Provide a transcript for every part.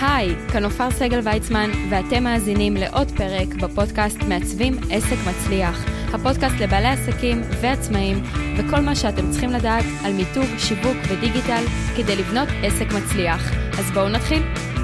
היי, כאן עופר סגל ויצמן, ואתם מאזינים לעוד פרק בפודקאסט מעצבים עסק מצליח. הפודקאסט לבעלי עסקים ועצמאים, וכל מה שאתם צריכים לדעת על מיתוג, שיווק ודיגיטל כדי לבנות עסק מצליח. אז בואו נתחיל.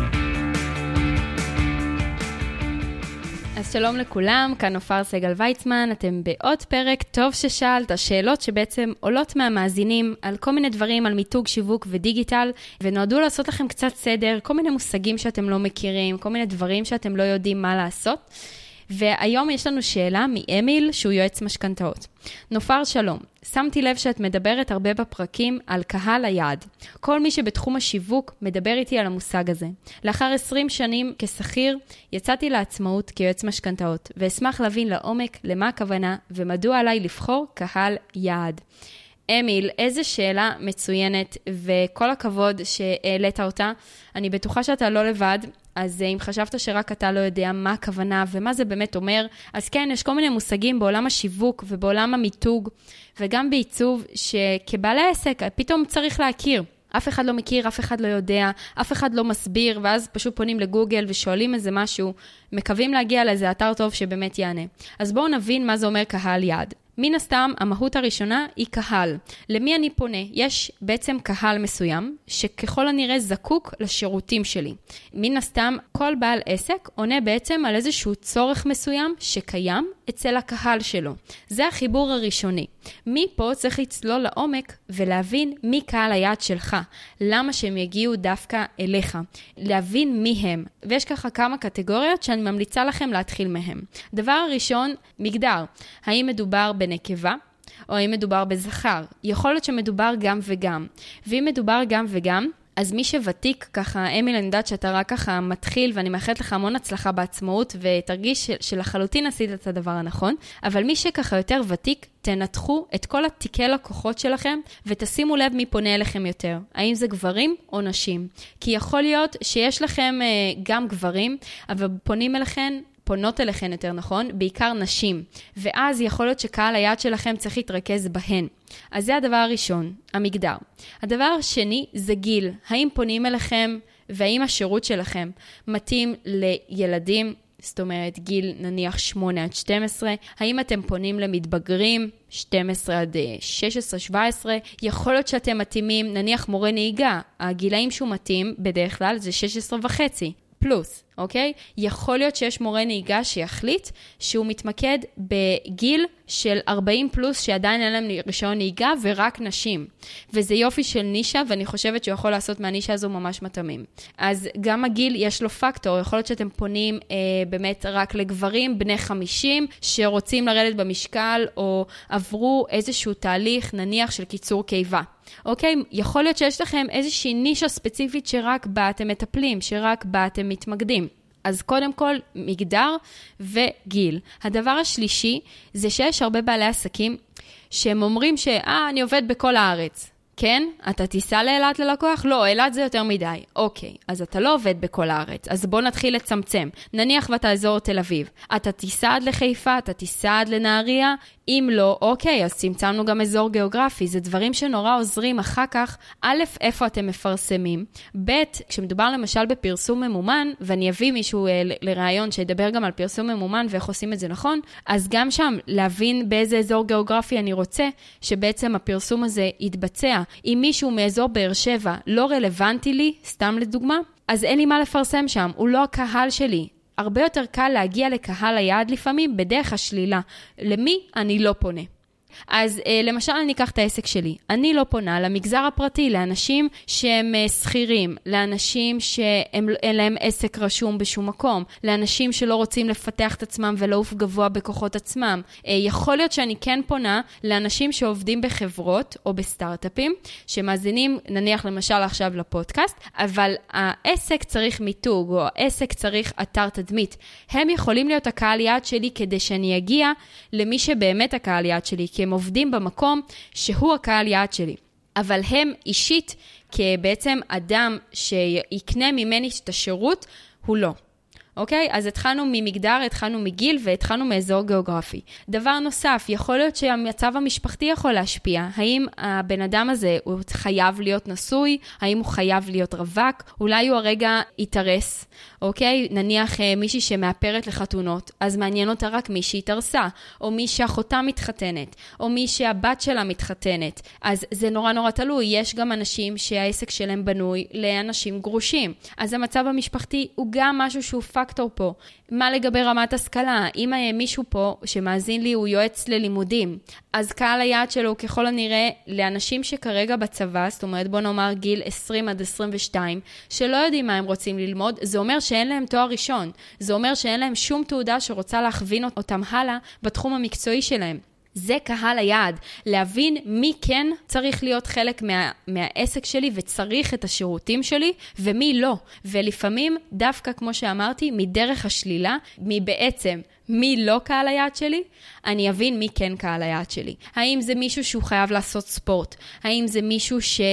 אז שלום לכולם, כאן עופר סגל ויצמן, אתם בעוד פרק. טוב ששאלת, השאלות שבעצם עולות מהמאזינים על כל מיני דברים, על מיתוג, שיווק ודיגיטל, ונועדו לעשות לכם קצת סדר, כל מיני מושגים שאתם לא מכירים, כל מיני דברים שאתם לא יודעים מה לעשות. והיום יש לנו שאלה מאמיל, שהוא יועץ משכנתאות. נופר שלום, שמתי לב שאת מדברת הרבה בפרקים על קהל היעד. כל מי שבתחום השיווק מדבר איתי על המושג הזה. לאחר 20 שנים כשכיר, יצאתי לעצמאות כיועץ משכנתאות, ואשמח להבין לעומק למה הכוונה ומדוע עליי לבחור קהל יעד. אמיל, איזה שאלה מצוינת, וכל הכבוד שהעלית אותה. אני בטוחה שאתה לא לבד, אז אם חשבת שרק אתה לא יודע מה הכוונה ומה זה באמת אומר, אז כן, יש כל מיני מושגים בעולם השיווק ובעולם המיתוג, וגם בעיצוב שכבעלי עסק פתאום צריך להכיר. אף אחד לא מכיר, אף אחד לא יודע, אף אחד לא מסביר, ואז פשוט פונים לגוגל ושואלים איזה משהו, מקווים להגיע לאיזה אתר טוב שבאמת יענה. אז בואו נבין מה זה אומר קהל יעד. מן הסתם, המהות הראשונה היא קהל. למי אני פונה? יש בעצם קהל מסוים, שככל הנראה זקוק לשירותים שלי. מן הסתם, כל בעל עסק עונה בעצם על איזשהו צורך מסוים שקיים אצל הקהל שלו. זה החיבור הראשוני. מפה צריך לצלול לעומק ולהבין מי קהל היעד שלך. למה שהם יגיעו דווקא אליך. להבין מי הם. ויש ככה כמה קטגוריות שאני ממליצה לכם להתחיל מהם. דבר הראשון, מגדר. האם מדובר בנקבה, או האם מדובר בזכר? יכול להיות שמדובר גם וגם. ואם מדובר גם וגם, אז מי שוותיק ככה, אמיל, אני יודעת שאתה רק ככה מתחיל, ואני מאחלת לך המון הצלחה בעצמאות, ותרגיש שלחלוטין עשית את הדבר הנכון, אבל מי שככה יותר ותיק, תנתחו את כל התיקי לקוחות שלכם, ותשימו לב מי פונה אליכם יותר. האם זה גברים או נשים? כי יכול להיות שיש לכם גם גברים, אבל פונות אליכן יותר נכון, בעיקר נשים. ואז יכול להיות שקהל היעד שלכם צריך להתרכז בהן. אז זה הדבר הראשון, המגדר. הדבר השני זה גיל. האם פונים אליכם והאם השירות שלכם מתאים לילדים, זאת אומרת גיל נניח 8 עד 12, האם אתם פונים למתבגרים 12 עד 16-17, יכול להיות שאתם מתאימים נניח מורה נהיגה, הגילאים שהוא מתאים בדרך כלל זה 16 וחצי. פלוס, אוקיי? יכול להיות שיש מורה נהיגה שיחליט שהוא מתמקד בגיל של 40 פלוס שעדיין אין להם רישיון נהיגה ורק נשים. וזה יופי של נישה ואני חושבת שהוא יכול לעשות מהנישה הזו ממש מתאמים. אז גם הגיל יש לו פקטור, יכול להיות שאתם פונים באמת רק לגברים בני 50 שרוצים לרדת במשקל או עברו איזשהו תהליך נניח של קיצור קיבה. אוקיי, יכול להיות שיש לכם איזושהי נישה ספציפית שרק בה אתם מטפלים, שרק בה אתם מתמקדים. אז קודם כל, מגדר וגיל. הדבר השלישי זה שיש הרבה בעלי עסקים שהם אומרים אני עובד בכל הארץ. כן? אתה תיסע לאילת ללקוח? לא, אילת זה יותר מדי. אוקיי, אז אתה לא עובד בכל הארץ. אז בוא נתחיל לצמצם. נניח ואתה אזור תל אביב. אתה תיסע עד לחיפה, אתה תיסע עד לנהריה. אם לא, אוקיי, אז צמצמנו גם אזור גיאוגרפי. זה דברים שנורא עוזרים אחר כך. א', איפה אתם מפרסמים? ב', כשמדובר למשל בפרסום ממומן, ואני אביא מישהו לרעיון שידבר גם על פרסום ממומן ואיך עושים את זה נכון, אז גם שם להבין באיזה אזור גיאוגרפי אני רוצה שבעצם הפרסום הזה יתבצע. אם מישהו מאזור באר שבע לא רלוונטי לי, סתם לדוגמה, אז אין לי מה לפרסם שם, הוא לא הקהל שלי. הרבה יותר קל להגיע לקהל היעד לפעמים בדרך השלילה. למי אני לא פונה? אז למשל אני אקח את העסק שלי. אני לא פונה למגזר הפרטי, לאנשים שהם שכירים, לאנשים שאין להם עסק רשום בשום מקום, לאנשים שלא רוצים לפתח את עצמם ולעוף גבוה בכוחות עצמם. יכול להיות שאני כן פונה לאנשים שעובדים בחברות או בסטארט-אפים, שמאזינים נניח למשל עכשיו לפודקאסט, אבל העסק צריך מיתוג או העסק צריך אתר תדמית. הם יכולים להיות הקהל יעד שלי כדי שאני אגיע למי שבאמת הקהל יעד שלי, כי הם עובדים במקום שהוא הקהל יעד שלי. אבל הם אישית, כבעצם אדם שיקנה ממני את השירות, הוא לא. אוקיי? אז התחלנו ממגדר, התחלנו מגיל והתחלנו מאזור גיאוגרפי. דבר נוסף, יכול להיות שהמצב המשפחתי יכול להשפיע. האם הבן אדם הזה הוא חייב להיות נשוי? האם הוא חייב להיות רווק? אולי הוא הרגע יתרס, אוקיי? נניח מישהי שמאפרת לחתונות, אז מעניין אותה רק מי שהתארסה, או מי שאחותה מתחתנת, או מי שהבת שלה מתחתנת. אז זה נורא נורא תלוי. יש גם אנשים שהעסק שלהם בנוי לאנשים גרושים. אז המצב המשפחתי הוא גם משהו שהוא פקטור פה. מה לגבי רמת השכלה? אם מישהו פה שמאזין לי הוא יועץ ללימודים, אז קהל היעד שלו ככל הנראה לאנשים שכרגע בצבא, זאת אומרת בוא נאמר גיל 20 עד 22, שלא יודעים מה הם רוצים ללמוד, זה אומר שאין להם תואר ראשון. זה אומר שאין להם שום תעודה שרוצה להכווין אותם הלאה בתחום המקצועי שלהם. זה קהל היעד, להבין מי כן צריך להיות חלק מהעסק שלי וצריך את השירותים שלי ומי לא. ולפעמים דווקא כמו שאמרתי, מדרך השלילה, מבעצם מי לא קהל היעד שלי, אני אבין מי כן קהל היעד שלי. האם זה מישהו שהוא חייב לעשות ספורט? האם זה מישהו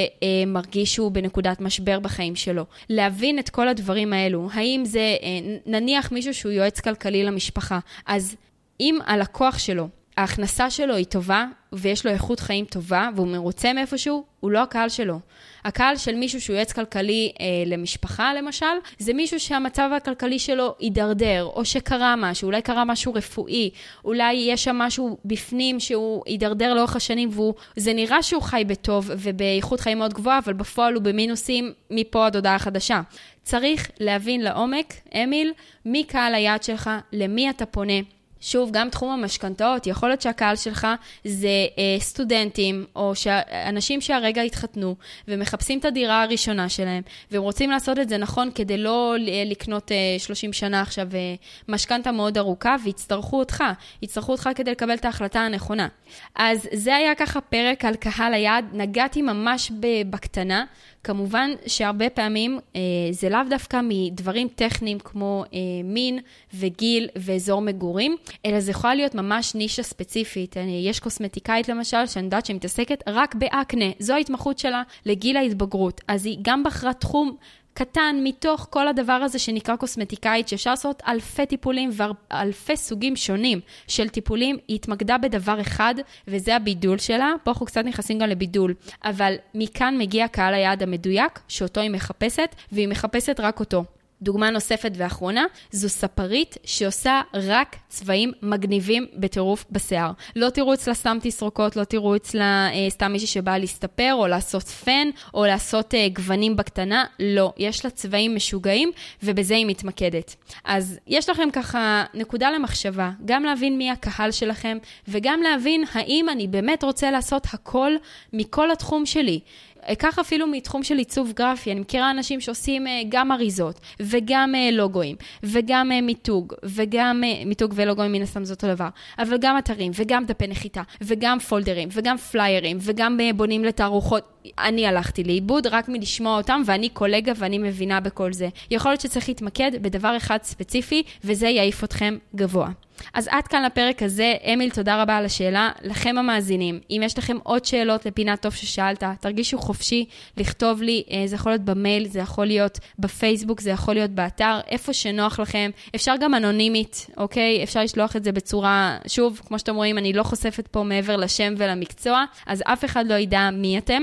שמרגיש שהוא בנקודת משבר בחיים שלו? להבין את כל הדברים האלו. האם זה נניח מישהו שהוא יועץ כלכלי למשפחה? אז אם הלקוח שלו, ההכנסה שלו היא טובה, ויש לו איכות חיים טובה, והוא מרוצה מאיפשהו, הוא לא הקהל שלו. הקהל של מישהו שהוא יועץ כלכלי למשפחה, למשל, זה מישהו שהמצב הכלכלי שלו יידרדר, או שקרה משהו, אולי קרה משהו רפואי, אולי יש שם משהו בפנים שהוא יידרדר לאורך השנים, וזה נראה שהוא חי בטוב ובאיכות חיים מאוד גבוהה, אבל בפועל הוא במינוסים מפה עד הודעה חדשה. צריך להבין לעומק, אמיל, מי קהל היעד שלך, למי אתה פונה, שוב, גם תחום המשכנתאות, יכול להיות שהקהל שלך זה סטודנטים, או אנשים שהרגע התחתנו, ומחפשים את הדירה הראשונה שלהם, והם רוצים לעשות את זה נכון, כדי לא לקנות 30 שנה עכשיו משכנתה מאוד ארוכה, ויצטרכו אותך כדי לקבל את ההחלטה הנכונה. אז זה היה ככה פרק על קהל היעד, נגעתי ממש בקטנה, כמובן שהרבה פעמים זה לאו דווקא מדברים טכניים כמו מין וגיל ואזור מגורים, אלא זה יכול להיות ממש נישה ספציפית. יש קוסמטיקאית למשל שאני יודעת שמתעסקת רק באקנה, זו ההתמחות שלה לגיל ההתבגרות, אז היא גם בחרה תחום קטן מתוך כל הדבר הזה שנקרא קוסמטיקאית, שאפשר לעשות אלפי טיפולים ואלפי סוגים שונים של טיפולים, היא התמקדה בדבר אחד, וזה הבידול שלה. פה אנחנו קצת נכנסים גם לבידול, אבל מכאן מגיע קהל היעד המדויק, שאותו היא מחפשת, והיא מחפשת רק אותו. דוגמה נוספת ואחרונה, זו ספרית שעושה רק צבעים מגניבים בטירוף בשיער. לא תראו אצלה סתם תסרוקות, לא תראו אצלה סתם מישהי שבאה להסתפר, או לעשות פן, או לעשות גוונים בקטנה. לא, יש לה צבעים משוגעים, ובזה היא מתמקדת. אז יש לכם ככה נקודה למחשבה, גם להבין מי הקהל שלכם, וגם להבין האם אני באמת רוצה לעשות הכל מכל התחום שלי. כך אפילו מתחום של עיצוב גרפי, אני מכירה אנשים שעושים גם אריזות, וגם לוגויים, וגם מיתוג, וגם מיתוג ולוגויים מן הסתם זה אותו דבר, אבל גם אתרים, וגם דפי נחיתה, וגם פולדרים, וגם פליירים, וגם בונים לתערוכות. אני הלכתי לאיבוד רק מלשמוע אותם, ואני קולגה ואני מבינה בכל זה. יכול להיות שצריך להתמקד בדבר אחד ספציפי, וזה יעיף אתכם גבוה. אז עד כאן לפרק הזה. אמיל, תודה רבה על השאלה. לכם המאזינים, אם יש לכם עוד שאלות לפינה טוב ששאלת, תרגישו חופשי לכתוב לי, זה יכול להיות במייל, זה יכול להיות בפייסבוק, זה יכול להיות באתר, איפה שנוח לכם. אפשר גם אנונימית, אוקיי? אפשר לשלוח את זה בצורה, שוב, כמו שאתם רואים, אני לא חושפת פה מעבר לשם ולמקצוע, אז אף אחד לא ידע מי אתם.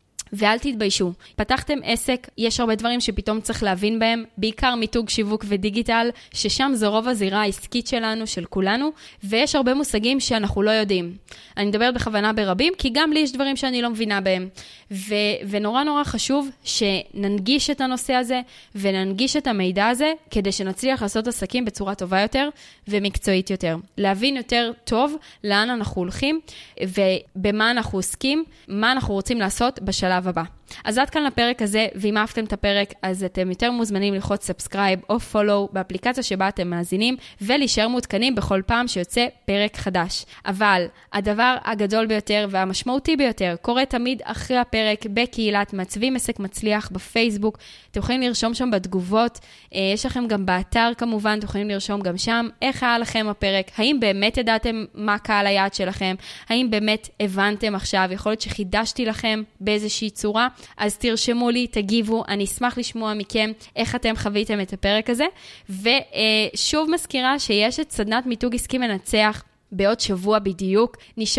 ואל תתביישו. פתחתם עסק, יש הרבה דברים שפתאום צריך להבין בהם, בעיקר מיתוג, שיווק ודיגיטל, ששם זה רוב הזירה העסקית שלנו, של כולנו, ויש הרבה מושגים שאנחנו לא יודעים. אני מדברת בכוונה ברבים, כי גם לי יש דברים שאני לא מבינה בהם. ונורא נורא חשוב שננגיש את הנושא הזה, וננגיש את המידע הזה, כדי שנצליח לעשות עסקים בצורה טובה יותר, ומקצועית יותר. להבין יותר טוב לאן אנחנו הולכים, ובמה אנחנו עוסקים, מה אנחנו רוצים לעשות בשלב הבא. אז עד כאן לפרק הזה, ואם אהבתם את הפרק, אז אתם יותר מוזמנים ללחוץ סאבסקרייב או פולו באפליקציה שבה אתם מאזינים, ולהישאר מעודכנים בכל פעם שיוצא פרק חדש. אבל הדבר הגדול ביותר והמשמעותי ביותר קורה תמיד אחרי הפרק בקהילת מעצבים עסק מצליח בפייסבוק. אתם יכולים לרשום שם בתגובות, יש לכם גם באתר כמובן, אתם יכולים לרשום גם שם איך היה לכם הפרק, האם באמת ידעתם מה קהל היעד שלכם, האם באמת הבנתם עכשיו, יכול להיות שחידשתי לכם באיזושהי צורה, אז תרשמו לי, תגיבו, אני אשמח לשמוע מכם איך אתם חוויתם את הפרק הזה, ושוב מזכירה שיש את סדנת מיתוג עסקי מנצח, בעוד שבוע בדיוק,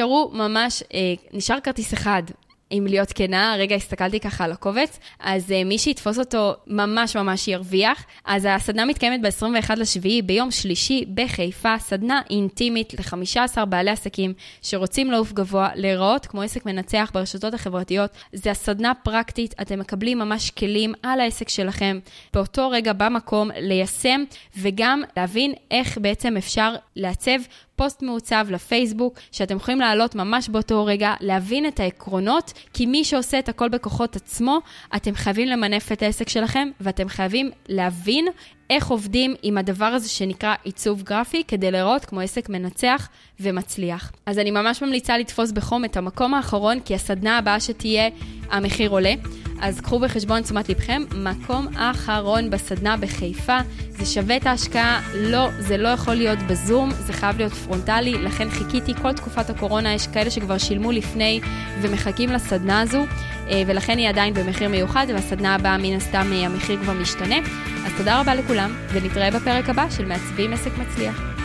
נשאר כרטיס אחד. אם להיות כנה, רגע הסתכלתי ככה על הקובץ, אז מי שיתפוס אותו ממש ירוויח. אז הסדנה מתקיימת ב-21/7 ביום שלישי בחיפה, סדנה אינטימית ל-15 בעלי עסקים שרוצים לעוף גבוה, להיראות כמו עסק מנצח ברשתות החברתיות. זה הסדנה פרקטית, אתם מקבלים ממש כלים על העסק שלכם, באותו רגע במקום ליישם, וגם להבין איך בעצם אפשר לעצב פוסט מעוצב לפייסבוק, שאתם יכולים לעלות ממש באותו רגע, להבין את העקרונות, כי מי שעושה את הכל בכוחות עצמו, אתם חייבים למנף את העסק שלכם, ואתם חייבים להבין איך עובדים עם הדבר הזה שנקרא עיצוב גרפי, כדי לראות כמו עסק מנצח ומצליח. אז אני ממש ממליצה לתפוס בחום את המקום האחרון, כי הסדנה הבאה שתהיה, המחיר עולה. אז קחו בחשבון תשומת לבכם, מקום האחרון בסדנה בחיפה, זה שווה את ההשקעה, לא, זה לא יכול להיות בזום, זה חייב להיות פרונטלי, לכן חיכיתי כל תקופת הקורונה, יש כאלה שכבר שילמו לפני ומחכים לסדנה הזו, ולכן היא עדיין במחיר מיוחד, והסדנה הבאה מן הסתם המחיר כבר משתנה. אז תודה רבה לכולם, ונתראה בפרק הבא של מעצבים עסק מצליח.